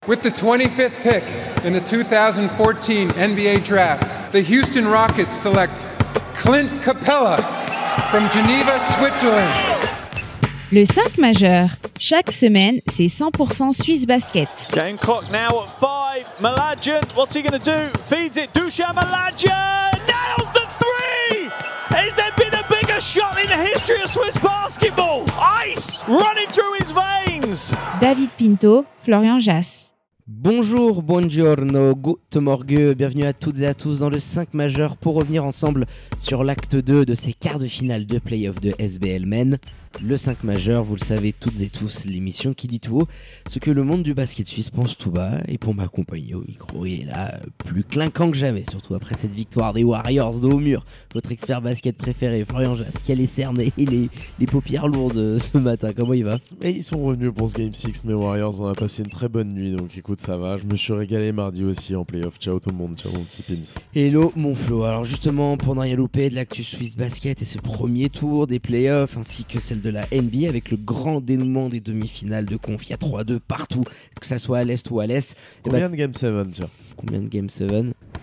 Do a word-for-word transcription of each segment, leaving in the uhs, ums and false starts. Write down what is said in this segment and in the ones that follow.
With the twenty-fifth pick in the two thousand fourteen N B A Draft, the Houston Rockets select Clint Capella from Geneva, Switzerland. Le cinq majeur. Chaque semaine, c'est cent pour cent Suisse Basket. Game clock now at five. Malajan, what's he going to do? Feeds it. Dusan Malajan nails the three. Has there been a bigger shot in the history of Swiss basketball? Ice running through his veins. David Pinto, Florian Jass. Bonjour, buongiorno, guten morgue, bienvenue à toutes et à tous dans le cinq majeur pour revenir ensemble sur l'acte deux de ces quarts de finale de play-off de S B L Men. Le cinq majeur, vous le savez toutes et tous, l'émission qui dit tout haut ce que le monde du basket suisse pense tout bas. Et pour m'accompagner au micro, il est là, plus clinquant que jamais, surtout après cette victoire des Warriors de haut mur. Votre expert basket préféré, Florian Jass, qui a les cernes et les, les paupières lourdes ce matin. Comment il va? Et ils sont revenus pour ce Game six, mes Warriors. On a passé une très bonne nuit, donc écoute, ça va. Je me suis régalé mardi aussi en play-off. Ciao tout le monde, ciao mon petit Pins. Hello mon Flo. Alors justement, pour ne rien louper de l'actu Suisse Basket et ce premier tour des play-offs ainsi que celle de la N B A avec le grand dénouement des demi-finales de conf, il y a trois deux partout, que ça soit à l'Est ou à l'Est. Combien bah, de Game sept, tiens? Combien de Game sept?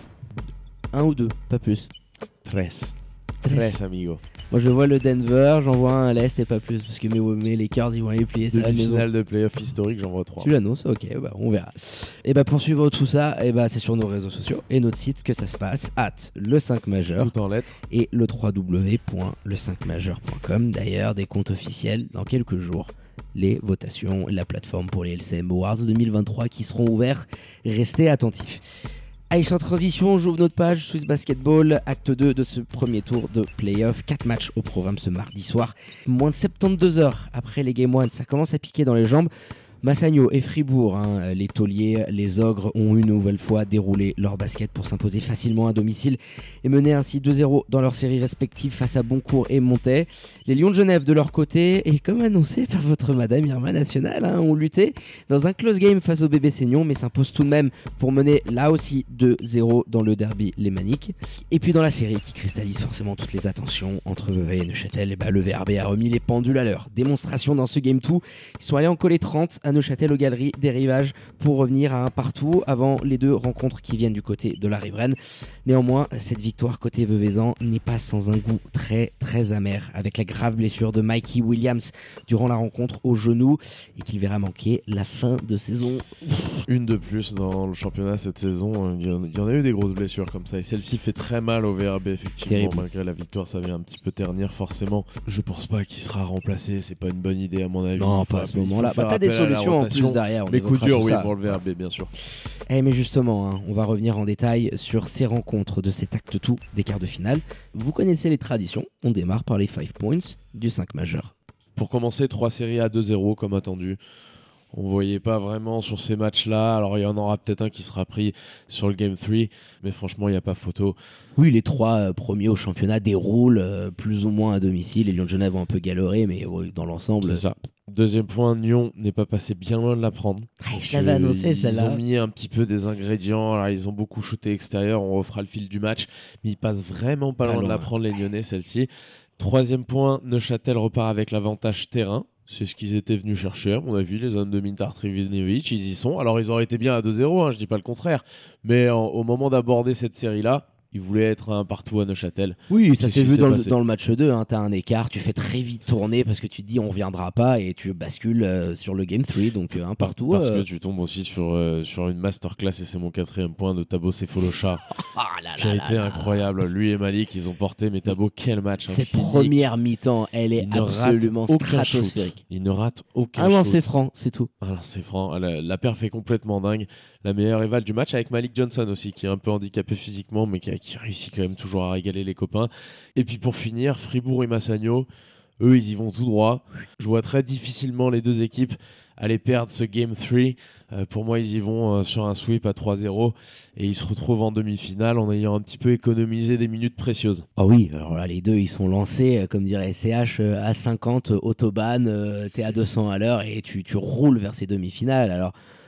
Un ou deux, pas plus. treize. treize, amigo. Moi je vois le Denver, j'en vois un à l'Est et pas plus, parce que mes, mes Lakers ils vont aller plier ça à la maison. Demi-finale de play-off historique, j'en vois trois. Tu l'annonces? Ok, bah on verra. Et bah pour suivre tout ça, et bah c'est sur nos réseaux sociaux et notre site que ça se passe, at le cinq majeur. Tout en lettres. Et le w w w point le cinq majeur point com. D'ailleurs, des comptes officiels dans quelques jours. Les votations et la plateforme pour les L C M Awards deux mille vingt-trois qui seront ouverts. Restez attentifs. Allez, sans transition, j'ouvre notre page Swiss Basketball, acte deux de ce premier tour de play-off. quatre matchs au programme ce mardi soir. Moins de soixante-douze heures après les Game un, ça commence à piquer dans les jambes. Massagno et Fribourg, hein, les tauliers, les ogres, ont une nouvelle fois déroulé leur basket pour s'imposer facilement à domicile et mener ainsi deux zéro dans leurs séries respectives face à Boncourt et Montaix. Les Lions de Genève de leur côté, et comme annoncé par votre Madame Irma Nationale, hein, ont lutté dans un close game face au bébé Seignon, mais s'imposent tout de même pour mener là aussi deux zéro dans le derby lémanique. Et puis dans la série qui cristallise forcément toutes les attentions entre Vevey et Neuchâtel, et bah, le V R B a remis les pendules à l'heure. Démonstration dans ce game deux, ils sont allés en coller trente à Neuchâtel aux Galeries des Rivages pour revenir à un partout avant les deux rencontres qui viennent du côté de la riveraine. Néanmoins, cette victoire côté veuvezan n'est pas sans un goût très très amer avec la grave blessure de Mikey Williams durant la rencontre au genou et qu'il verra manquer la fin de saison. Une de plus dans le championnat cette saison. Il y en a eu des grosses blessures comme ça et celle-ci fait très mal au V R B effectivement. Terrible. Malgré la victoire, ça vient un petit peu ternir forcément. Je pense pas qu'il sera remplacé, c'est pas une bonne idée à mon avis. Non, pas à ce moment-là. Bah, t'as des solutions en plus derrière. On mais coup dur, oui, ça. pour le V R B, bien sûr. Eh mais justement, hein, on va revenir en détail sur ces rencontres de cet acte tout des quarts de finale. Vous connaissez les traditions, on démarre par les cinq points du cinq majeur. Pour commencer, trois séries à deux zéro comme attendu. On ne voyait pas vraiment sur ces matchs-là. Alors il y en aura peut-être un qui sera pris sur le Game trois, mais franchement il n'y a pas photo. Oui, les trois euh, premiers au championnat déroulent euh, plus ou moins à domicile. Les Lions de Genève ont un peu galéré, mais ouais, dans l'ensemble... C'est ça. Deuxième point, Nyon n'est pas passé bien loin de la prendre. Ah, je l'avais annoncé celle-là. Ils ont mis un petit peu des ingrédients. Alors, ils ont beaucoup shooté extérieur. On refera le fil du match. Mais ils passent vraiment pas, pas loin, loin de la prendre, les Lyonnais, celle-ci. Troisième point, Neuchâtel repart avec l'avantage terrain. C'est ce qu'ils étaient venus chercher, à mon avis, les hommes de Mintar Trivinevic, ils y sont. Alors, ils auraient été bien à deux zéro, hein, je dis pas le contraire. Mais en, au moment d'aborder cette série-là, ils voulaient être un partout à Neuchâtel. Oui, ça s'est vu dans le, passé. dans le match deux. Hein, tu as un écart, tu fais très vite tourner parce que tu te dis on ne reviendra pas et tu bascules euh, sur le Game trois, donc un partout. Parce euh... que tu tombes aussi sur, euh, sur une masterclass, et c'est mon quatrième point, de Thabo Sefolosha, oh là qui a là été là incroyable. Lui et Malik, ils ont porté, mais Thabo, quel match. Cette physique. première mi-temps, elle est absolument stratosphérique. Il ne rate aucun Un shoot. lancer franc, c'est tout. Un lancer franc. La, la perf est complètement dingue. La meilleure éval du match avec Malik Johnson aussi, qui est un peu handicapé physiquement, mais qui, a, qui réussit quand même toujours à régaler les copains. Et puis pour finir, Fribourg et Massagno, eux ils y vont tout droit. Je vois très difficilement les deux équipes aller perdre ce Game trois. Euh, pour moi ils y vont euh, sur un sweep à trois zéro et ils se retrouvent en demi-finale en ayant un petit peu économisé des minutes précieuses. Ah oh oui, alors là les deux ils sont lancés, euh, comme dirait S C H, euh, à cinquante, euh, autobahn, euh, t'es à deux cents à l'heure et tu, tu roules vers ces demi-finales. Alors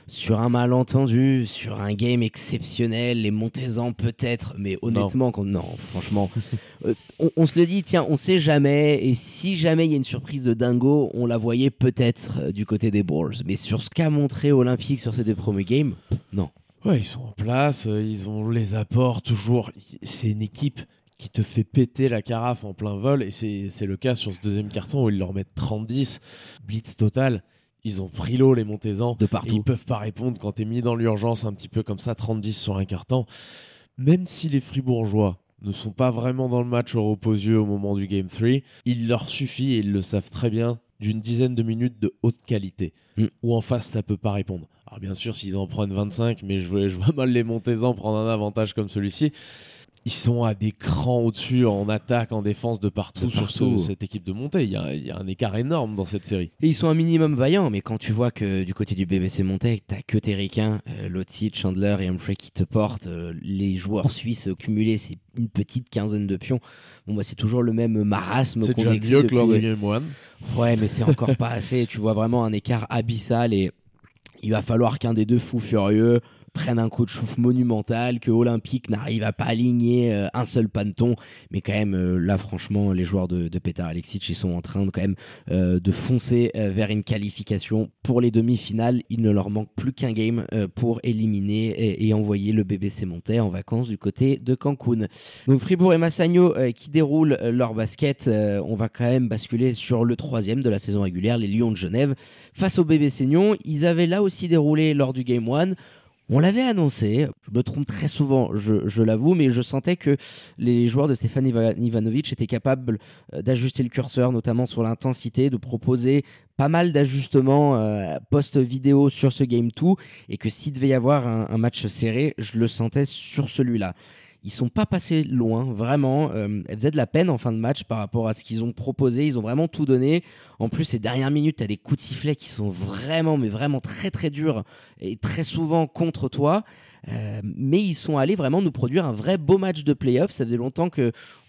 sur un malentendu, sur un game exceptionnel, les montez-en peut-être, mais honnêtement, non, quand, non franchement, euh, on, on se le dit, tiens, on sait jamais, et si jamais il y a une surprise de dingo, on la voyait peut-être euh, du côté des Bulls, mais sur ce qu'a montré Olympique sur ces deux premiers games, non. Ouais, ils sont en place, ils ont les apports toujours. C'est une équipe qui te fait péter la carafe en plein vol, et c'est, c'est le cas sur ce deuxième carton où ils leur mettent trente dix, blitz total. Ils ont pris l'eau, les montez-en, de partout. Et ils peuvent pas répondre quand t'es mis dans l'urgence un petit peu comme ça, trente dix sur un carton. Même si les Fribourgeois ne sont pas vraiment dans le match au repos-yeux au moment du Game trois, il leur suffit, et ils le savent très bien, d'une dizaine de minutes de haute qualité, mm. où en face ça peut pas répondre. Alors bien sûr, s'ils en prennent vingt-cinq, mais je vois, je vois mal les montez-en prendre un avantage comme celui-ci. Ils sont à des crans au-dessus en attaque, en défense, de partout, de partout. sur ce, cette équipe de montée. Il y, a, il y a un écart énorme dans cette série. Et ils sont un minimum vaillants, mais quand tu vois que du côté du B B C Montaigne, t'as que Terriquin, euh, Lotti, Chandler et Humphrey qui te portent. Euh, les joueurs suisses cumulés, c'est une petite quinzaine de pions. Bon, bah, c'est toujours le même marasme. C'est qu'on déjà mieux depuis... que lors de Game un. Ouais, mais c'est encore pas assez. Tu vois vraiment un écart abyssal, et il va falloir qu'un des deux fous furieux prennent un coup de chouffe monumental, que Olympique n'arrive à pas aligner euh, un seul panton, mais quand même euh, là franchement les joueurs de, de Petar Aleksic, ils sont en train de quand même euh, de foncer euh, vers une qualification pour les demi-finales. Il ne leur manque plus qu'un game euh, pour éliminer et, et envoyer le B B C Montaigne en vacances du côté de Cancun. Donc Fribourg et Massagno euh, qui déroulent euh, leur basket, euh, on va quand même basculer sur le troisième de la saison régulière, les Lions de Genève face au B B C Nyon. Ils avaient là aussi déroulé lors du game un. On l'avait annoncé, je me trompe très souvent, je, je l'avoue, mais je sentais que les joueurs de Stefan Ivanovic étaient capables d'ajuster le curseur, notamment sur l'intensité, de proposer pas mal d'ajustements euh, post-vidéo sur ce Game deux, et que s'il devait y avoir un, un match serré, je le sentais sur celui-là. Ils sont pas passés loin, vraiment. Euh, elles faisaient de la peine en fin de match par rapport à ce qu'ils ont proposé. Ils ont vraiment tout donné. En plus, ces dernières minutes, t'as des coups de sifflet qui sont vraiment, mais vraiment très très durs et très souvent contre toi. Euh, mais ils sont allés vraiment nous produire un vrai beau match de play-off. Ça faisait longtemps que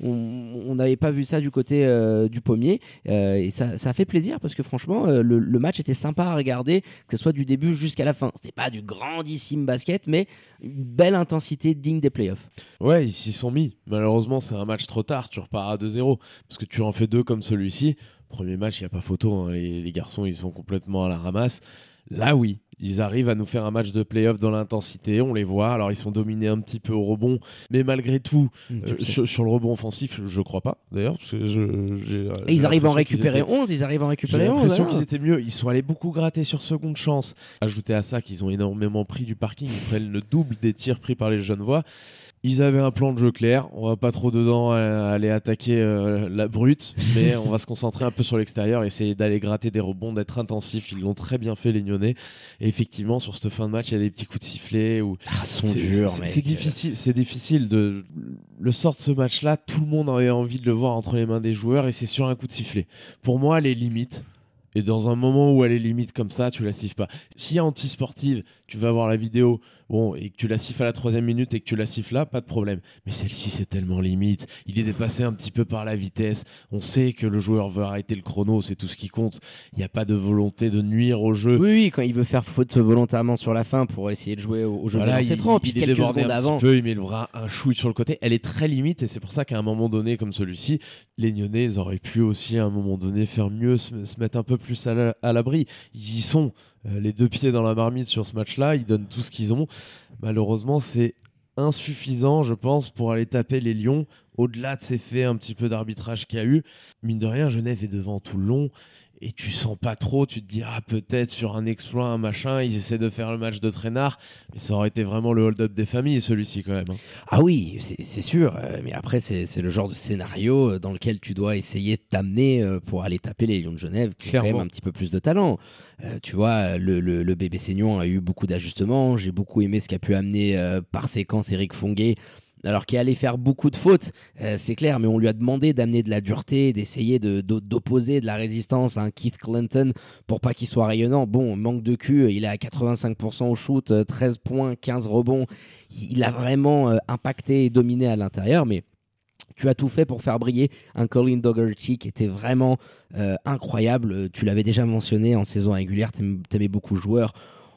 on n'avait pas vu ça du côté euh, du pommier, euh, et ça, ça a fait plaisir parce que franchement euh, le, le match était sympa à regarder, que ce soit du début jusqu'à la fin. C'était pas du grandissime basket, mais une belle intensité digne des play-offs. Ouais, ils s'y sont mis. Malheureusement, c'est un match trop tard. Tu repars à deux zéro parce que tu en fais deux comme celui-ci. Premier match, il n'y a pas photo, hein. les, les garçons, ils sont complètement à la ramasse. Là, oui, ils arrivent à nous faire un match de play-off dans l'intensité, on les voit. Alors, ils sont dominés un petit peu au rebond, mais malgré tout, mmh, euh, sur, sur le rebond offensif, je, je crois pas, d'ailleurs. Parce que je, j'ai, Et ils arrivent à en récupérer étaient... onze, ils arrivent à en récupérer onze. J'ai l'impression onze, qu'ils étaient mieux. Ils sont allés beaucoup gratter sur seconde chance. Ajoutez à ça qu'ils ont énormément pris du parking, ils prennent le double des tirs pris par les Genevois. Ils avaient un plan de jeu clair, on va pas trop dedans aller attaquer euh, la brute, mais on va se concentrer un peu sur l'extérieur, essayer d'aller gratter des rebonds, d'être intensif. Ils l'ont très bien fait, les Nyonnais. Et effectivement, sur cette fin de match, il y a des petits coups de sifflet. Où ah, sont c'est, durs, c'est, mec. c'est difficile, c'est difficile de le sort de ce match-là. Tout le monde avait envie de le voir entre les mains des joueurs, et c'est sur un coup de sifflet. Pour moi, les limites. Et dans un moment où elle est limite comme ça, tu la siffles pas. Si anti-sportive, tu vas voir la vidéo, bon, et que tu la siffles à la troisième minute et que tu la siffles là, pas de problème. Mais celle-ci, c'est tellement limite. Il est dépassé un petit peu par la vitesse. On sait que le joueur veut arrêter le chrono, c'est tout ce qui compte. Il n'y a pas de volonté de nuire au jeu. Oui, oui, quand il veut faire faute volontairement sur la fin pour essayer de jouer au, au jeu voilà, de lancer franc, puis quelques secondes un avant. Petit peu, il met le bras un chouille sur le côté. Elle est très limite, et c'est pour ça qu'à un moment donné, comme celui-ci, les Nyonnais, ils auraient pu aussi à un moment donné faire mieux, se, se mettre un peu plus à, la, à l'abri. Ils y sont, euh, les deux pieds dans la marmite sur ce match-là, ils donnent tout ce qu'ils ont. Malheureusement, c'est insuffisant, je pense, pour aller taper les Lions. Au-delà de ces faits un petit peu d'arbitrage qu'il y a eu, mine de rien, Genève est devant tout le long. Et tu sens pas trop, tu te dis, ah, peut-être sur un exploit, un machin, ils essaient de faire le match de traînard, mais ça aurait été vraiment le hold-up des familles, celui-ci, quand même. Hein. Ah oui, c'est, c'est sûr, euh, mais après, c'est, c'est le genre de scénario dans lequel tu dois essayer de t'amener euh, pour aller taper les Lions de Genève, qui ont quand même un petit peu plus de talent. Euh, tu vois, le, le, le B B C Nyon a eu beaucoup d'ajustements, j'ai beaucoup aimé ce qu'a pu amener euh, par séquence Eric Fonguet, alors qu'il allait faire beaucoup de fautes, euh, c'est clair, mais on lui a demandé d'amener de la dureté, d'essayer de, de, d'opposer de la résistance à un Keith Clinton pour pas qu'il soit rayonnant. Bon, manque de cul, il est à quatre-vingt-cinq pour cent au shoot, treize points, quinze rebonds. Il a vraiment euh, impacté et dominé à l'intérieur, mais tu as tout fait pour faire briller un Colin Dougherty qui était vraiment euh, incroyable. Tu l'avais déjà mentionné en saison régulière, t'aimais beaucoup le joueur.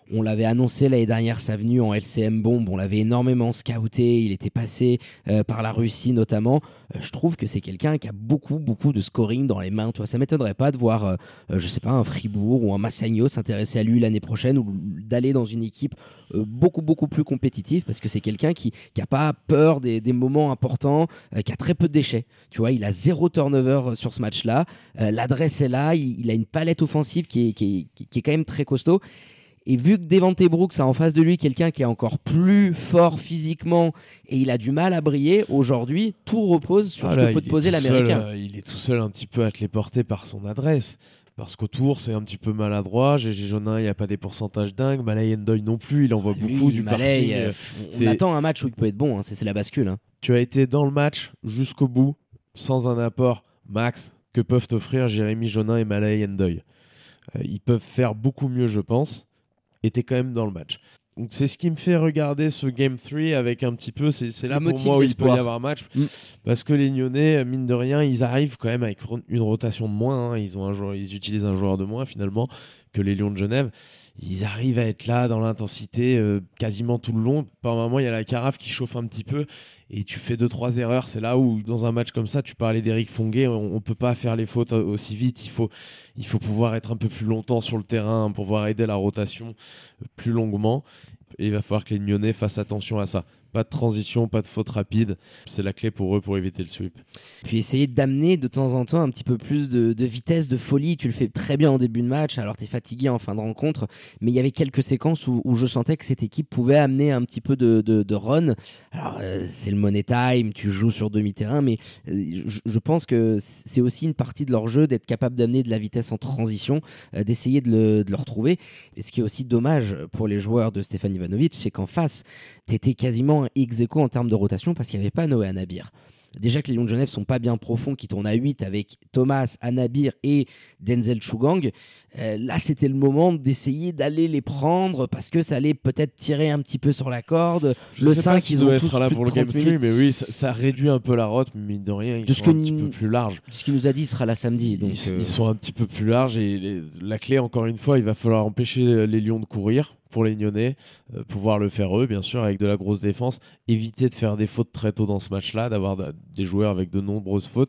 On l'avait annoncé l'année dernière sa venue en L C M Bomb, on l'avait énormément scouté, il était passé euh, par la Russie notamment. Euh, je trouve que c'est quelqu'un qui a beaucoup beaucoup de scoring dans les mains. Tu vois, ça m'étonnerait pas de voir, euh, euh, je sais pas, un Fribourg ou un Massagno s'intéresser à lui l'année prochaine ou d'aller dans une équipe euh, beaucoup beaucoup plus compétitive parce que c'est quelqu'un qui qui a pas peur des, des moments importants, euh, qui a très peu de déchets. Tu vois, il a zéro turnover sur ce match-là. Euh, l'adresse est là, il, il a une palette offensive qui est, qui est, qui est quand même très costaud. Et vu que Devante Brooks a en face de lui quelqu'un qui est encore plus fort physiquement et il a du mal à briller, aujourd'hui, tout repose sur Voilà, ce que peut te poser seul, l'Américain. euh, il est tout seul un petit peu à te les porter par son adresse. Parce qu'autour, c'est un petit peu maladroit. G G Jonin, il n'y a pas des pourcentages dingues. Malay Ndoye non plus, il envoie Lui, beaucoup du Malay, parking. euh, on C'est- attend un match où il peut être bon, hein, c'est, c'est la bascule. Hein. Tu as été dans le match jusqu'au bout, sans un apport max que peuvent t'offrir Jérémy Jonin et Malay Ndoye. Euh, ils peuvent faire beaucoup mieux, je pense. Et t'es quand même dans le match. Donc c'est ce qui me fait regarder ce Game trois avec un petit peu, c'est, c'est là Le pour motif moi où il peut d'espoir. y avoir match. Mm. Parce que les Lyonnais, mine de rien, ils arrivent quand même avec ro- une rotation de moins. hein. Ils, ont un joueur, ils utilisent un joueur de moins finalement que les Lions de Genève. Ils arrivent à être là dans l'intensité euh, quasiment tout le long. Par moment, il y a la carafe qui chauffe un petit peu et tu fais deux trois erreurs. C'est là où dans un match comme ça, tu parlais d'Éric Fonguet, on, on peut pas faire les fautes aussi vite. Il faut, il faut pouvoir être un peu plus longtemps sur le terrain, pouvoir aider la rotation plus longuement. Et il va falloir que les Lyonnais fassent attention à ça. Pas de transition, pas de faute rapide. C'est la clé pour eux pour éviter le sweep. Puis essayer d'amener de temps en temps un petit peu plus de, de vitesse, de folie. Tu le fais très bien en début de match, alors tu es fatigué en fin de rencontre. Mais il y avait quelques séquences où, où je sentais que cette équipe pouvait amener un petit peu de, de, de run. Alors euh, c'est le money time, tu joues sur demi-terrain, mais euh, je, je pense que c'est aussi une partie de leur jeu d'être capable d'amener de la vitesse en transition, euh, d'essayer de le, de le retrouver. Et ce qui est aussi dommage pour les joueurs de Stéphane Ivanovic, c'est qu'en face, tu étais quasiment ex aequo en termes de rotation parce qu'il n'y avait pas Noé Anabir. Déjà que les Lions de Genève sont pas bien profonds, qui tournent à huit avec Thomas, Anabir et Denzel Chougang. Euh, là, c'était le moment d'essayer d'aller les prendre parce que ça allait peut-être tirer un petit peu sur la corde. Je le sais pas cinq, si ils ont Noé tous sera là plus pour de le Game trente trois, minutes. mais oui, ça, ça réduit un peu la rote, mais mine de rien, ils De sont ce un que petit nous- peu plus larges. Ce qu'il nous a dit, il sera là samedi. Donc, ils, euh, ils sont un petit peu plus larges et les- la clé, encore une fois, il va falloir empêcher les Lions de courir pour les Lyonnais, euh, pouvoir le faire eux, bien sûr, avec de la grosse défense, éviter de faire des fautes très tôt dans ce match-là, d'avoir de- des joueurs avec de nombreuses fautes.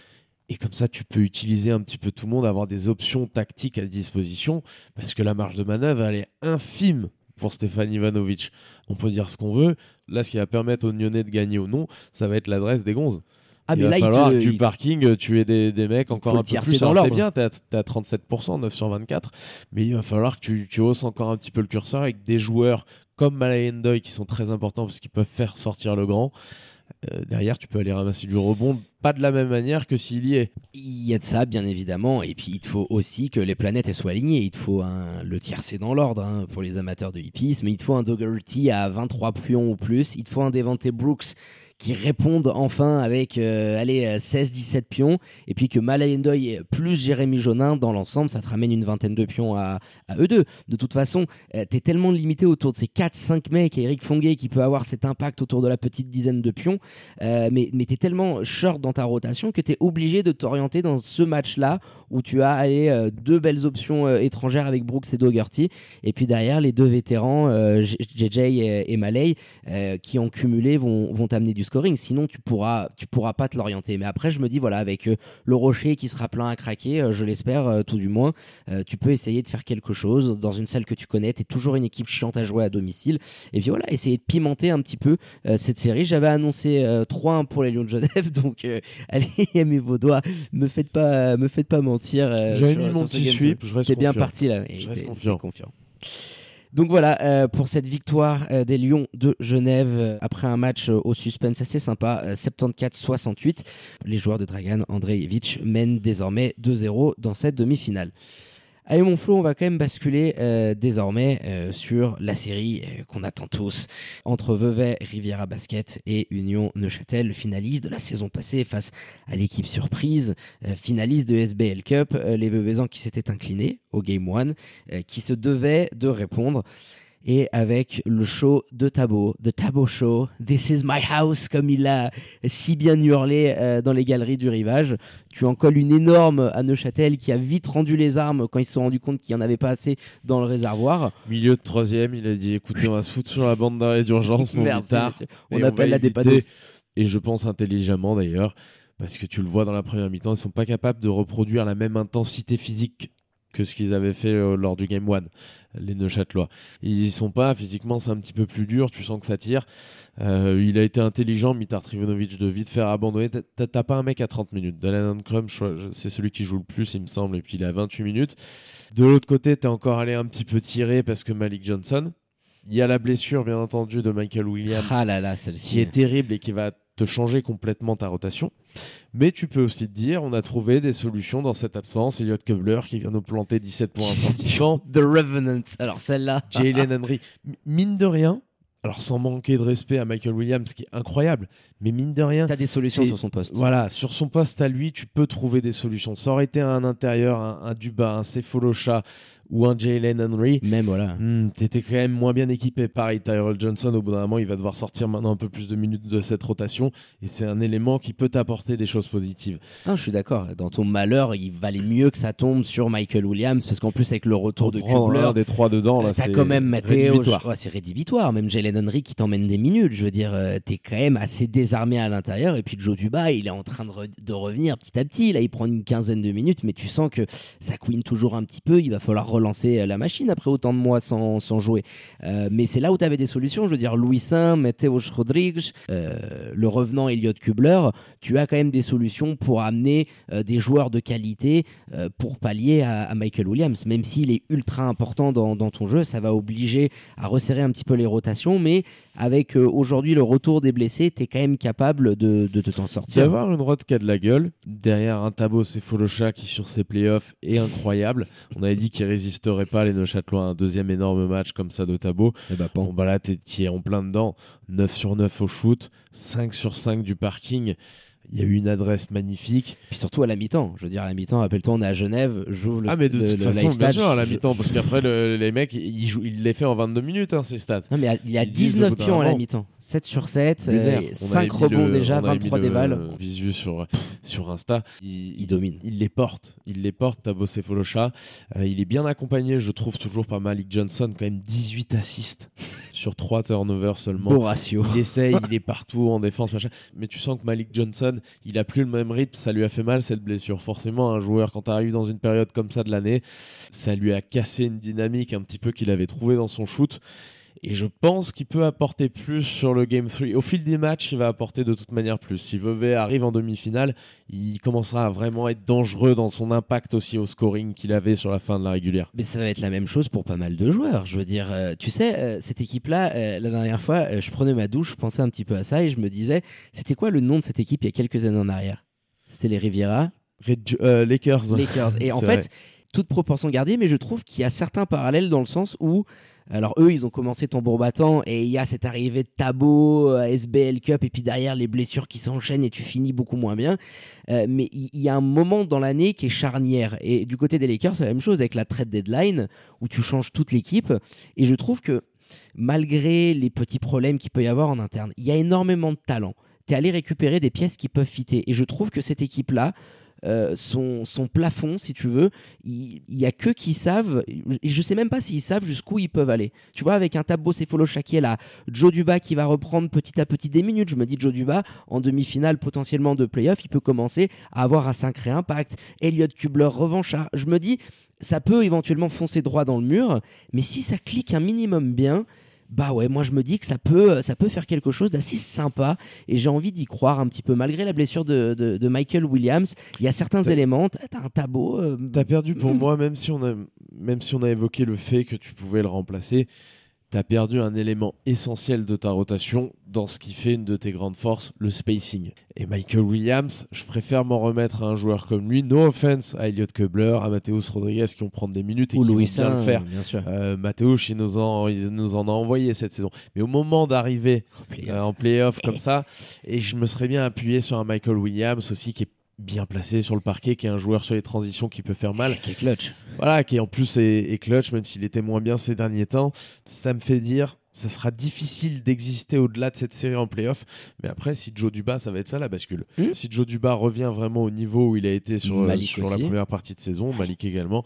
Et comme ça, tu peux utiliser un petit peu tout le monde, avoir des options tactiques à disposition, parce que la marge de manœuvre, elle est infime pour Stéphane Ivanovic. On peut dire ce qu'on veut. Là, ce qui va permettre aux Lyonnais de gagner ou non, ça va être l'adresse des gonzes. Ah, il mais va là, il falloir te- que du il- parking, tu aies des, des mecs encore faut un le peu tiercer plus. dans Alors, t'es l'ordre. bien, t'es à, t'es à trente-sept pour cent, neuf sur vingt-quatre, mais il va falloir que tu, tu hausses encore un petit peu le curseur avec des joueurs comme Malay Ndoye qui sont très importants parce qu'ils peuvent faire sortir le grand. Euh, derrière, tu peux aller ramasser du rebond, pas de la même manière que s'il y est. Il y a de ça, bien évidemment. Et puis, il te faut aussi que les planètes elles soient alignées. Il te faut un, le tiercé dans l'ordre hein, pour les amateurs de hippisme. Il te faut un Dougherty à vingt-trois pions ou plus. Il te faut un Devante Brooks qui répondent enfin avec euh, allez, seize dix-sept pions. Et puis que Malay Ndoye plus Jérémy Jonin, dans l'ensemble, ça te ramène une vingtaine de pions à, à eux deux. De toute façon, euh, t'es tellement limité autour de ces quatre cinq mecs et Eric Fonguet qui peut avoir cet impact autour de la petite dizaine de pions. Euh, mais, mais t'es tellement short dans ta rotation que t'es obligé de t'orienter dans ce match-là où tu as allez, euh, deux belles options euh, étrangères avec Brooks et Dougherty. Et puis derrière, les deux vétérans, euh, J J et, et Malay, euh, qui en cumulé vont, vont t'amener du scoring. Sinon, tu pourras, tu pourras pas te l'orienter. Mais après, je me dis, voilà, avec euh, le rocher qui sera plein à craquer, euh, je l'espère euh, tout du moins, euh, tu peux essayer de faire quelque chose dans une salle que tu connais. T'es toujours une équipe chiante à jouer à domicile. Et puis voilà, essayer de pimenter un petit peu euh, cette série. J'avais annoncé euh, trois un pour les Lions de Genève, donc euh, allez, mes Vaudois, me faites pas, me faites pas mentir. Euh, J'avais sur- mis mon sur ce petit game sweep, two. je reste T'es bien confiant. parti là. Et Je reste t'es- confiant. t'es confiant. Donc voilà euh, pour cette victoire euh, des Lions de Genève euh, après un match euh, au suspense assez sympa, euh, soixante-quatorze à soixante-huit. Les joueurs de Dragan Andrejevic mènent désormais deux zéro dans cette demi-finale. Allez mon Flo, on va quand même basculer euh, désormais euh, sur la série euh, qu'on attend tous entre Vevey, Riviera Basket et Union Neuchâtel, le finaliste de la saison passée face à l'équipe surprise, euh, finaliste de S B L Cup, euh, les Veveysans qui s'étaient inclinés au Game un, euh, qui se devaient de répondre. et avec le show de Thabo, The Thabo Show, This is my house, comme il l'a si bien hurlé euh, dans les galeries du Rivage. Tu en colles une énorme à Neuchâtel qui a vite rendu les armes quand ils se sont rendus compte qu'il n'y en avait pas assez dans le réservoir. Milieu de troisième, il a dit écoutez, on va se foutre sur la bande d'arrêt d'urgence, mon Merci, mitard. monsieur. On Et appelle va la éviter, dépanneuse. Et je pense intelligemment d'ailleurs, parce que tu le vois dans la première mi-temps, ils sont pas capables de reproduire la même intensité physique que ce qu'ils avaient fait euh, lors du Game one, les Neuchâtelois. Ils y sont pas, physiquement c'est un petit peu plus dur, tu sens que ça tire. Euh, il a été intelligent, Mitar Trivunovic, de vite faire abandonner. T'as, t'as pas un mec à trente minutes. Dalen Ankrum, c'est celui qui joue le plus, il me semble, et puis il a vingt-huit minutes. De l'autre côté, t'es encore allé un petit peu tirer parce que Malik Johnson, il y a la blessure, bien entendu, de Michael Williams, Ah là là, celle-ci. qui est terrible et qui va te changer complètement ta rotation. Mais tu peux aussi te dire, on a trouvé des solutions dans cette absence. Elliot Kubler qui vient nous planter dix-sept points instantanément. The Revenant. Alors celle-là. Jalen Henry, M- mine de rien, alors sans manquer de respect à Michael Williams, qui est incroyable, mais mine de rien, T'as des solutions c'est- sur son poste. voilà, sur son poste à lui, tu peux trouver des solutions. Ça aurait été un intérieur, un, un Duba, un Sefolosha ou un Jalen Henry. Même voilà. Hmm, t'étais quand même moins bien équipé. Pareil, Tyrell Johnson, au bout d'un moment, il va devoir sortir maintenant un peu plus de minutes de cette rotation. Et c'est un élément qui peut t'apporter des choses positives. Ah, je suis d'accord. Dans ton malheur, il valait mieux que ça tombe sur Michael Williams, parce qu'en plus, avec le retour de Prendre Kubler, un des trois dedans, là, t'as c'est quand même Matteo. rédhibitoire. Ouais, c'est rédhibitoire. Même Jalen Henry qui t'emmène des minutes. Je veux dire, euh, t'es quand même assez désarmé à l'intérieur. Et puis Joe Duba, il est en train de, re- de revenir petit à petit. Là, il prend une quinzaine de minutes, mais tu sens que ça couine toujours un petit peu. Il va falloir relancer euh, la machine après autant de mois sans, sans jouer. Euh, mais c'est là où tu avais des solutions. Je veux dire, Louis Saint, Mateusz Rodrigues, euh, le revenant Elliot Kubler, tu as quand même des solutions pour amener euh, des joueurs de qualité euh, pour pallier à, à Michael Williams. Même s'il est ultra important dans, dans ton jeu, ça va obliger à resserrer un petit peu les rotations. Mais avec euh, aujourd'hui le retour des blessés, tu es quand même capable de, de, de t'en sortir. D'avoir une rod qui a de la gueule, derrière un Thabo Sefolosha qui sur ses playoffs est incroyable. On avait dit qu'il résisterait pas les Neuchâtelois à un deuxième énorme match comme ça de Thabo. Eh ben, Bon bah là t'es, t'y es en plein dedans. neuf sur neuf au shoot, cinq sur cinq du parking. Il y a eu une adresse magnifique. Puis surtout à la mi-temps. Je veux dire, à la mi-temps, rappelle-toi, on est à Genève, j'ouvre le Ah mais de le- toute le façon, live bien stats, sûr, à la je- mi-temps, je- parce qu'après le- les mecs, ils jouent, ils les fait en vingt-deux minutes hein, ces stats. Non, mais il y a Ils disent dix-neuf au bout d'un pions à la moment. mi-temps. sept sur sept, Lunaire. euh, On cinq avait mis rebonds le- déjà, on avait mis vingt-trois le déballes. Visu sur, sur Insta. Il, Il domine. Il les porte. Il les porte, Thabo Sefolosha. Euh, il est bien accompagné, je trouve, toujours par Malik Johnson. Quand même dix-huit assists sur trois turnovers seulement. Beau ratio. Il essaye, il est partout en défense, machin. Mais tu sens que Malik Johnson, il a plus le même rythme. Ça lui a fait mal cette blessure. Forcément, un joueur, quand tu arrives dans une période comme ça de l'année, ça lui a cassé une dynamique un petit peu qu'il avait trouvée dans son shoot. Et je pense qu'il peut apporter plus sur le Game trois. Au fil des matchs, il va apporter de toute manière plus. Si Vevey arrive en demi-finale, il commencera à vraiment être dangereux dans son impact aussi au scoring qu'il avait sur la fin de la régulière. Mais ça va être la même chose pour pas mal de joueurs. Je veux dire, euh, tu sais, euh, cette équipe-là, euh, la dernière fois, euh, je prenais ma douche, je pensais un petit peu à ça et je me disais, c'était quoi le nom de cette équipe il y a quelques années en arrière? C'était les Riviera Red- euh, Lakers. Lakers. Et en C'est fait, vrai. toute proportion gardée, mais je trouve qu'il y a certains parallèles dans le sens où, alors eux, ils ont commencé tambour battant et il y a cette arrivée de Thabo, euh, S B L Cup, et puis derrière les blessures qui s'enchaînent et tu finis beaucoup moins bien. Euh, mais il y, y a un moment dans l'année qui est charnière. Et du côté des Lakers, c'est la même chose avec la trade deadline où tu changes toute l'équipe. Et je trouve que malgré les petits problèmes qu'il peut y avoir en interne, il y a énormément de talent. Tu es allé récupérer des pièces qui peuvent fitter. Et je trouve que cette équipe-là, Euh, son, son plafond, si tu veux, il n'y a que qui savent, et je sais même pas s'ils savent jusqu'où ils peuvent aller. Tu vois, avec un Thabo Sefolosha qui est là, Joe Duba qui va reprendre petit à petit des minutes, je me dis Joe Duba, en demi-finale potentiellement de play-off, il peut commencer à avoir un sacré impact. Elliot Kubler, revanchard, je me dis, ça peut éventuellement foncer droit dans le mur, mais si ça clique un minimum bien, bah ouais, moi je me dis que ça peut, ça peut faire quelque chose d'assez sympa et j'ai envie d'y croire un petit peu. Malgré la blessure de, de, de Michael Williams, il y a certains T'as- éléments, t'as, t'as un Thabo. euh, T'as perdu pour mm. moi, même si, on a, même si on a évoqué le fait que tu pouvais le remplacer, t'as perdu un élément essentiel de ta rotation dans ce qui fait une de tes grandes forces, le spacing. Et Michael Williams, je préfère m'en remettre à un joueur comme lui. No offense à Elliot Kubler, à Mateusz Rodriguez qui vont prendre des minutes et Ou qui vont Louis bien le Saint, faire. bien sûr. Euh, Mateusz, il nous, en, il nous en a envoyé cette saison. Mais au moment d'arriver Play-off. euh, en play-off comme ça, et je me serais bien appuyé sur un Michael Williams aussi qui est bien placé sur le parquet, qui est un joueur sur les transitions qui peut faire mal. Qui est clutch. Voilà, qui en plus est, est clutch, même s'il était moins bien ces derniers temps. Ça me fait dire, ça sera difficile d'exister au-delà de cette série en play-off. Mais après, si Joe Duba, ça va être ça la bascule. Mmh. Si Joe Duba revient vraiment au niveau où il a été sur, euh, sur la première partie de saison, Malik également,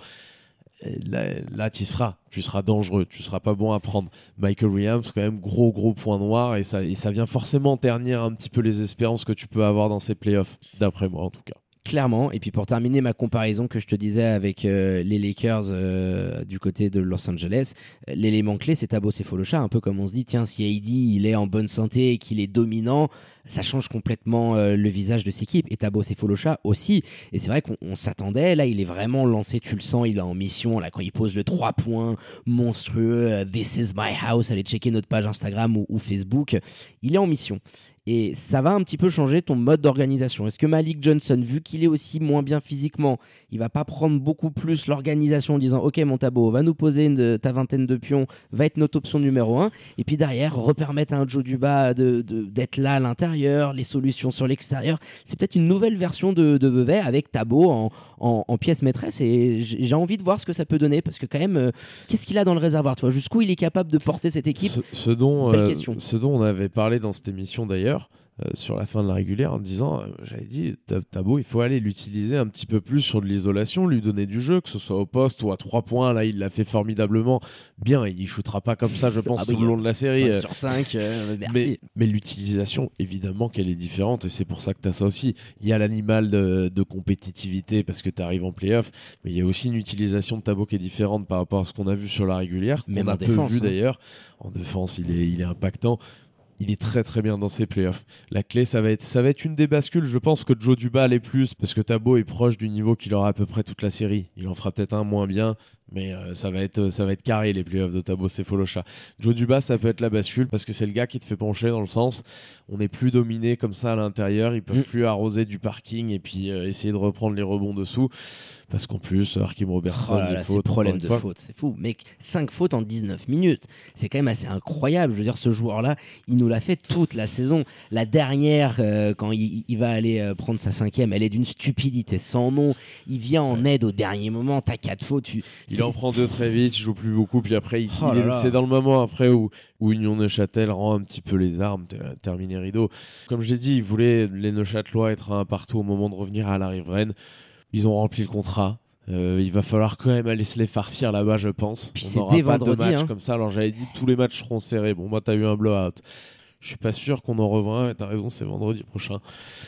là, là tu seras. Tu seras dangereux, tu seras pas bon à prendre. Michael Williams, quand même, gros, gros point noir. Et ça, et ça vient forcément ternir un petit peu les espérances que tu peux avoir dans ces play-offs, d'après moi en tout cas. Clairement, et puis pour terminer ma comparaison que je te disais avec euh, les Lakers euh, du côté de Los Angeles, euh, l'élément clé c'est Thabo Sefolosha, un peu comme on se dit, tiens, si A D il est en bonne santé et qu'il est dominant, ça change complètement euh, le visage de cette équipe, et Thabo Sefolosha aussi, et c'est vrai qu'on on s'attendait, là il est vraiment lancé, tu le sens, il est en mission, là quand il pose le trois points monstrueux, uh, This is my house, allez checker notre page Instagram ou, ou Facebook, il est en mission. Et ça va un petit peu changer ton mode d'organisation. Est-ce que Malik Johnson, vu qu'il est aussi moins bien physiquement, il va pas prendre beaucoup plus l'organisation en disant « Ok, mon Thabo, va nous poser une, ta vingtaine de pions, va être notre option numéro un. » Et puis derrière, repermettre à un Joe Duba de, de, d'être là à l'intérieur, les solutions sur l'extérieur. C'est peut-être une nouvelle version de, de Vevey avec Thabo en, en, en pièce maîtresse. Et j'ai envie de voir ce que ça peut donner. Parce que quand même, euh, qu'est-ce qu'il a dans le réservoir, toi ? Jusqu'où il est capable de porter cette équipe ? Ce, ce, dont, Belle euh, question. Ce dont on avait parlé dans cette émission d'ailleurs, Euh, sur la fin de la régulière, en disant, euh, j'avais dit, Thabo, il faut aller l'utiliser un petit peu plus sur de l'isolation, lui donner du jeu, que ce soit au poste ou à trois points. Là, il l'a fait formidablement bien. Il ne shootera pas comme ça, je pense, ah, tout le long de la série. cinq sur cinq, euh, merci. Mais, mais l'utilisation, évidemment qu'elle est différente, et c'est pour ça que tu as ça aussi. Il y a l'animal de, de compétitivité parce que tu arrives en play-off, mais il y a aussi une utilisation de Thabo qui est différente par rapport à ce qu'on a vu sur la régulière, qu'on a peu vu d'ailleurs. En défense, il est, il est impactant. Il est très très bien dans ses playoffs. La clé, ça va être, ça va être une des bascules. Je pense que Joe Duba allait plus parce que Thabo est proche du niveau qu'il aura à peu près toute la série. Il en fera peut-être un moins bien, mais euh, ça va être, ça va être carré les playoffs de Thabo Sefolosha. Joe Duba, ça peut être la bascule parce que c'est le gars qui te fait pencher dans le sens. On n'est plus dominé comme ça à l'intérieur. Ils peuvent mmh. plus arroser du parking et puis euh, essayer de reprendre les rebonds dessous. Parce qu'en plus, Hakeem Robertson, oh là là, c'est problème de faute, c'est fou. Mec, cinq fautes en dix-neuf minutes, c'est quand même assez incroyable. Je veux dire, ce joueur-là, il nous l'a fait toute la saison. La dernière, euh, quand il, il va aller euh, prendre sa cinquième, elle est d'une stupidité sans nom. Il vient en aide au dernier moment, t'as quatre fautes. Tu... Il en prend deux très vite, il joue plus beaucoup, puis après, il, oh il est, c'est dans le moment après où, où Union Neuchâtel rend un petit peu les armes, terminé rideau. Comme j'ai dit, ils voulaient, les Neuchâtelois, être un partout au moment de revenir à la riveraine. Ils ont rempli le contrat. Euh, il va falloir quand même aller se les farcir là-bas, je pense. Puis on c'est n'aura dès pas vendredi, de match hein. comme ça. Alors j'avais dit tous les matchs seront serrés. Bon, moi, t'as eu un blowout. Je suis pas sûr qu'on en revoit. T'as raison, c'est vendredi prochain.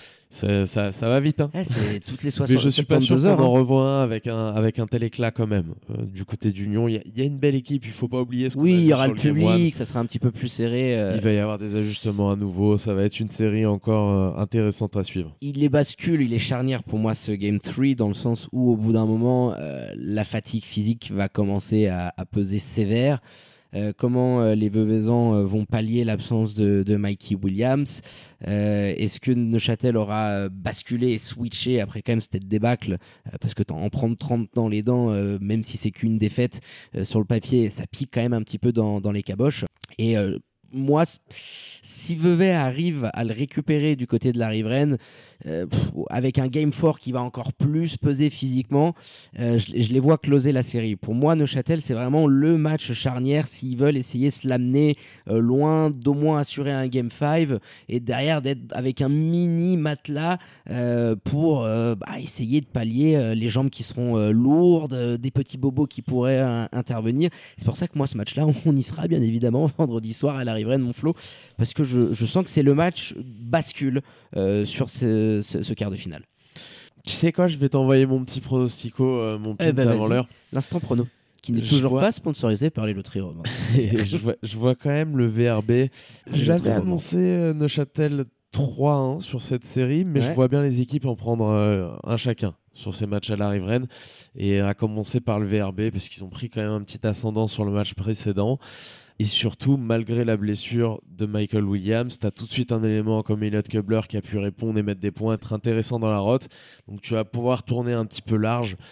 Ça, ça, ça va vite, hein. Ouais, c'est toutes les soixante. Mais je suis pas sûr qu'on heures, en hein. revoit un avec un avec un tel éclat quand même. Euh, du côté d'Union, il y, y a une belle équipe. Il faut pas oublier ce qu'on oui, a il vu y aura sur le le public, ça sera un petit peu plus serré. Euh... Il va y avoir des ajustements à nouveau. Ça va être une série encore euh, intéressante à suivre. Il est bascule, il est charnière pour moi ce Game trois dans le sens où au bout d'un moment, euh, la fatigue physique va commencer à, à peser sévère. Euh, comment euh, les Veuvezans euh, vont pallier l'absence de, de Mikey Williams, euh, est-ce que Neuchâtel aura euh, basculé et switché après quand même cette débâcle, euh, parce que en prendre trente dans les dents, euh, même si c'est qu'une défaite euh, sur le papier, ça pique quand même un petit peu dans, dans les caboches. Et euh, moi, si Vevey arrive à le récupérer du côté de la riveraine, euh, pff, avec un Game quatre qui va encore plus peser physiquement, euh, je, je les vois closer la série. Pour moi, Neuchâtel, c'est vraiment le match charnière s'ils veulent essayer de se l'amener euh, loin, d'au moins assurer un Game cinq et derrière d'être avec un mini matelas euh, pour euh, bah, essayer de pallier euh, les jambes qui seront euh, lourdes, euh, des petits bobos qui pourraient euh, intervenir. C'est pour ça que moi, ce match-là, on y sera bien évidemment vendredi soir à la riveraine, mon Flo, parce que je, je sens que c'est le match bascule euh, sur ce, ce, ce quart de finale. Tu sais quoi, je vais t'envoyer mon petit pronostico, euh, mon pin eh ben, avant l'heure. L'instant prono, qui n'est je toujours vois... pas sponsorisé par les loteries Romain. je, vois, je vois quand même le V R B. J'avais annoncé euh, Neuchâtel trois un sur cette série, mais ouais. je vois bien les équipes en prendre euh, un chacun sur ces matchs à la riveraine, et à commencer par le V R B, parce qu'ils ont pris quand même un petit ascendant sur le match précédent. Et surtout, malgré la blessure de Michael Williams, tu as tout de suite un élément comme Elliot Kubler qui a pu répondre et mettre des points, être intéressant dans la rote. Donc tu vas pouvoir tourner un petit peu large.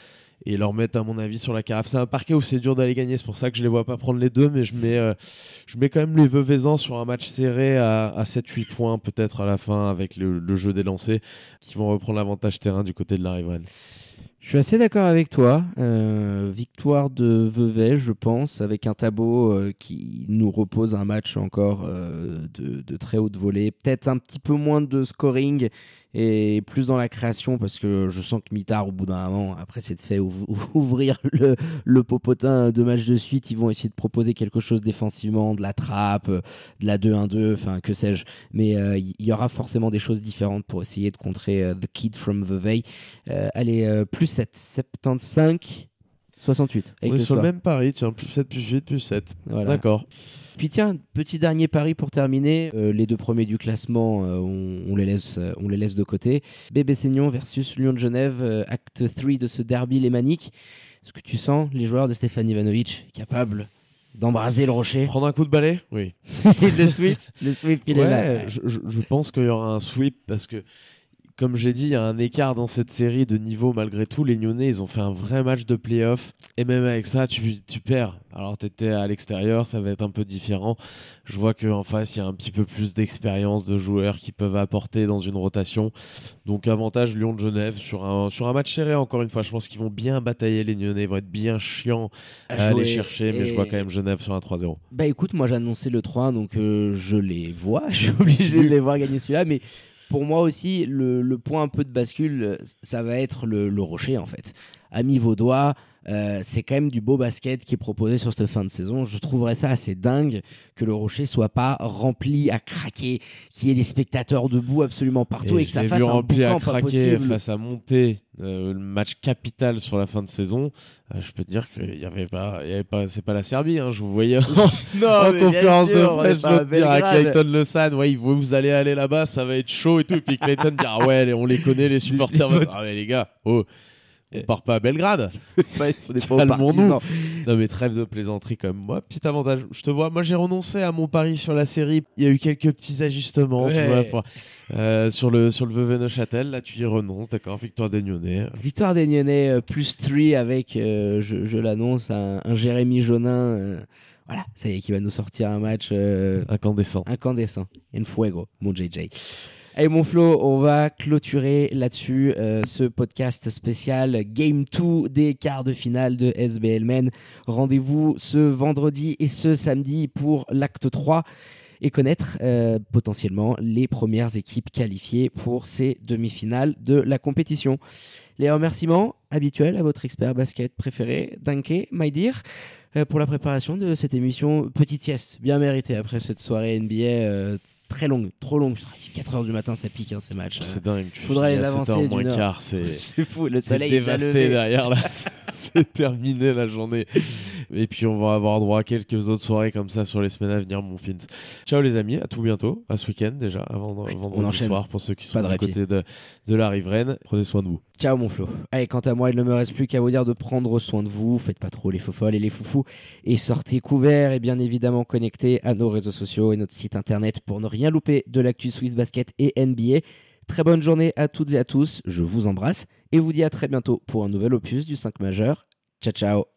et leur mettre à mon avis sur la carafe. C'est un parquet où c'est dur d'aller gagner, c'est pour ça que je les vois pas prendre les deux, mais je mets, euh, je mets quand même les Veuvezans sur un match serré à, à sept huit points peut-être à la fin avec le, le jeu des lancers qui vont reprendre l'avantage terrain du côté de la riveraine. Je suis assez d'accord avec toi. Euh, victoire de Vevey, je pense, avec un Tabo euh, qui nous repose un match encore euh, de, de très haute volée. Peut-être un petit peu moins de scoring et plus dans la création parce que je sens que Mitard, au bout d'un moment, après s'être fait ouv- ouvrir le, le popotin deux matchs de suite, ils vont essayer de proposer quelque chose défensivement, de la trappe, de la deux un deux, enfin que sais-je. Mais il euh, y, y aura forcément des choses différentes pour essayer de contrer euh, The Kid from Vevey. Euh, allez, euh, plus sept, soixante-quinze, soixante-huit. On est sur le même pari, tiens, plus sept, plus huit, plus sept. Voilà. D'accord. Puis tiens, petit dernier pari pour terminer. Euh, les deux premiers du classement, euh, on, on, les laisse, euh, on les laisse de côté. Bébé Seignon versus Lyon de Genève, euh, acte trois de ce derby lémanique. Est-ce que tu sens les joueurs de Stéphane Ivanovic capables d'embraser le rocher? Prendre un coup de balai? Oui. Le sweep, le sweep, il ouais, est là. Je, je, je pense qu'il y aura un sweep parce que, comme j'ai dit, il y a un écart dans cette série de niveau malgré tout. Les Nyonnais, ils ont fait un vrai match de play-off. Et même avec ça, tu, tu perds. Alors, tu étais à l'extérieur, ça va être un peu différent. Je vois qu'en face, il y a un petit peu plus d'expérience de joueurs qui peuvent apporter dans une rotation. Donc, avantage Lyon de Genève sur un, sur un match serré, encore une fois. Je pense qu'ils vont bien batailler, les Nyonnais. Ils vont être bien chiants à, à aller chercher. Mais et... je vois quand même Genève sur un trois zéro. Bah écoute, moi j'ai annoncé le trois, donc euh, je les vois. Je suis obligé de les voir gagner celui-là. Mais pour moi aussi, le, le point un peu de bascule, ça va être le, le rocher en fait. Amis vaudois, euh, c'est quand même du beau basket qui est proposé sur cette fin de saison. Je trouverais ça assez dingue que le rocher soit pas rempli à craquer, qu'il y ait des spectateurs debout absolument partout et, et que ça fasse un rempli boucan à pas craquer possible. Face à Monté, euh, le match capital sur la fin de saison. Euh, je peux te dire qu'il y avait pas, il y avait pas, c'est pas la Serbie. Hein, je vous voyais non, en conférence sûr, de presse, je peux te dire à Clayton Lausanne, ouais, vous, vous allez aller là-bas, ça va être chaud et tout. Et puis Clayton dit ah ouais, on les connaît les supporters. Ah mais les gars, oh. On part pas à Belgrade. On n'est pas partisans. Non mais trêve de plaisanterie quand même. Moi, petit avantage. Je te vois, moi j'ai renoncé à mon pari sur la série. Il y a eu quelques petits ajustements, ouais. tu vois, pour, euh, sur le sur le Vevey-Neuchâtel. Là, tu y renonces, d'accord. Victoire des Nyonnais. Victoire des Nyonnais euh, plus trois avec, euh, je, je l'annonce, un, un Jérémy Jonin. Euh, voilà, ça y est, qui va nous sortir un match euh, incandescent. Incandescent. En fuego, mon J J. Allez mon Flo, on va clôturer là-dessus euh, ce podcast spécial Game deux des quarts de finale de S B L Men. Rendez-vous ce vendredi et ce samedi pour l'acte trois et connaître euh, potentiellement les premières équipes qualifiées pour ces demi-finales de la compétition. Les remerciements habituels à votre expert basket préféré, Danke, my dear, euh, pour la préparation de cette émission. Petite sieste bien méritée après cette soirée N B A euh, très longue, trop longue. quatre heures du matin, ça pique hein, ces matchs. C'est dingue. Il faudrait les avancer d'une heure. Quart, c'est... c'est fou, le soleil est est déjà dévasté levé. derrière là. C'est terminé la journée. Et puis on va avoir droit à quelques autres soirées comme ça sur les semaines à venir, mon Pint. Ciao les amis, à tout bientôt, à ce week-end déjà, avant vendredi soir pour ceux qui sont du côté de, de la riveraine. Prenez soin de vous. Ciao mon Flo. Allez, quant à moi, il ne me reste plus qu'à vous dire de prendre soin de vous. Faites pas trop les faux folles et les foufous. Et sortez couverts et bien évidemment connectés à nos réseaux sociaux et notre site internet pour ne rien louper de l'actu Swiss Basket et N B A. Très bonne journée à toutes et à tous. Je vous embrasse et vous dis à très bientôt pour un nouvel opus du cinq majeur. Ciao ciao.